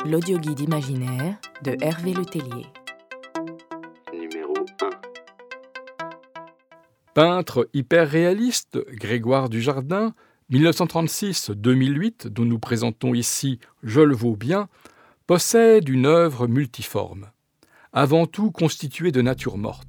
L'audioguide imaginaire de Hervé Letellier. Numéro 1. Peintre hyper-réaliste, Grégoire Dujardin, 1936-2008, dont nous présentons ici Je le vaux bien, possède une œuvre multiforme, avant tout constituée de nature morte.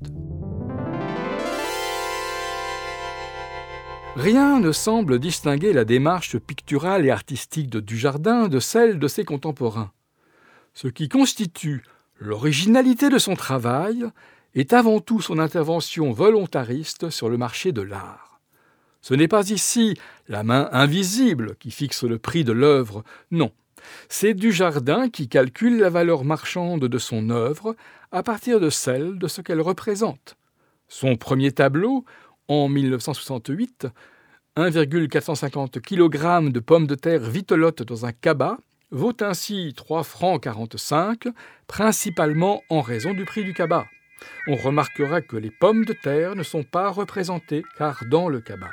Rien ne semble distinguer la démarche picturale et artistique de Dujardin de celle de ses contemporains. Ce qui constitue l'originalité de son travail est avant tout son intervention volontariste sur le marché de l'art. Ce n'est pas ici la main invisible qui fixe le prix de l'œuvre, non. C'est Dujardin qui calcule la valeur marchande de son œuvre à partir de celle de ce qu'elle représente. Son premier tableau, en 1968, 1,450 kg de pommes de terre vitelottes dans un cabas, vaut ainsi 3,45 francs, principalement en raison du prix du cabas. On remarquera que les pommes de terre ne sont pas représentées car dans le cabas.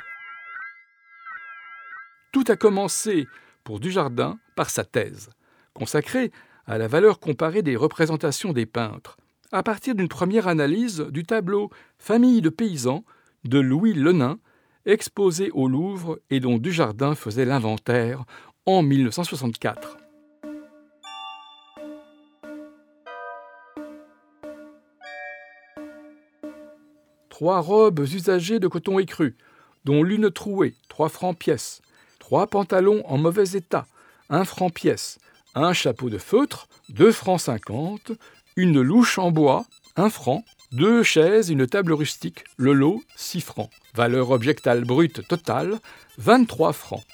Tout a commencé pour Dujardin par sa thèse, consacrée à la valeur comparée des représentations des peintres, à partir d'une première analyse du tableau « Famille de paysans » de Louis Lenain, exposé au Louvre et dont Dujardin faisait l'inventaire en 1964. Trois robes usagées de coton écru, dont l'une trouée, 3 francs pièce, 3 pantalons en mauvais état, 1 franc pièce, un chapeau de feutre, 2 francs 50, une louche en bois, 1 franc, 2 chaises, une table rustique, le lot, 6 francs. Valeur objectale brute totale, 23 francs.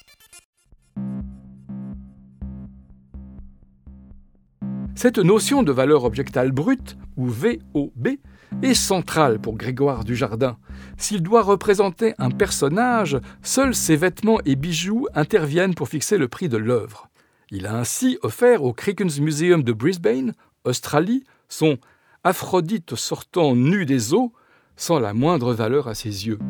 Cette notion de valeur objectale brute, ou VOB, est centrale pour Grégoire Dujardin. S'il doit représenter un personnage, seuls ses vêtements et bijoux interviennent pour fixer le prix de l'œuvre. Il a ainsi offert au Creekens Museum de Brisbane, Australie, son Aphrodite sortant nue des eaux, sans la moindre valeur à ses yeux.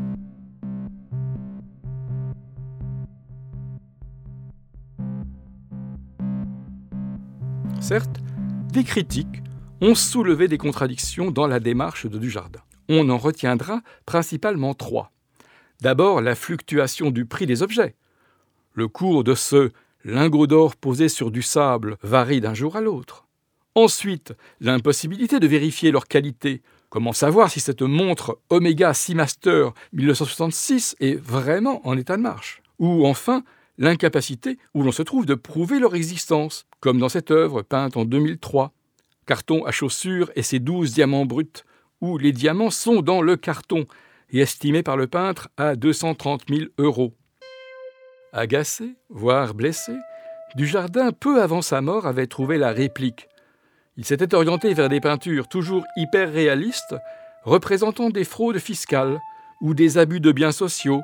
Certes, des critiques ont soulevé des contradictions dans la démarche de Dujardin. On en retiendra principalement 3. D'abord, la fluctuation du prix des objets. Le cours de ce lingot d'or posé sur du sable varie d'un jour à l'autre. Ensuite, l'impossibilité de vérifier leur qualité. Comment savoir si cette montre Omega Seamaster 1966 est vraiment en état de marche? Ou enfin, l'incapacité où l'on se trouve de prouver leur existence, comme dans cette œuvre peinte en 2003. Carton à chaussures et ses 12 diamants bruts, où les diamants sont dans le carton et estimés par le peintre à 230 000 €. Agacé, voire blessé, Dujardin, peu avant sa mort, avait trouvé la réplique. Il s'était orienté vers des peintures toujours hyper réalistes, représentant des fraudes fiscales ou des abus de biens sociaux.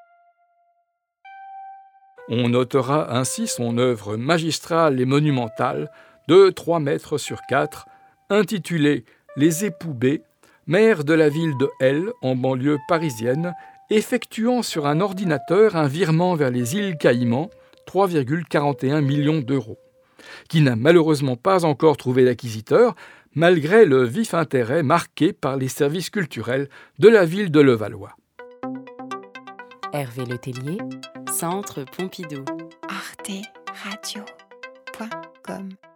On notera ainsi son œuvre magistrale et monumentale de 3 mètres sur 4, intitulée « Les époux B », maire de la ville de L, en banlieue parisienne, effectuant sur un ordinateur un virement vers les îles Caïmans, 3,41 millions d'euros, qui n'a malheureusement pas encore trouvé d'acquisiteur, malgré le vif intérêt marqué par les services culturels de la ville de Levallois. Hervé Letellier, Centre Pompidou. arteradio.com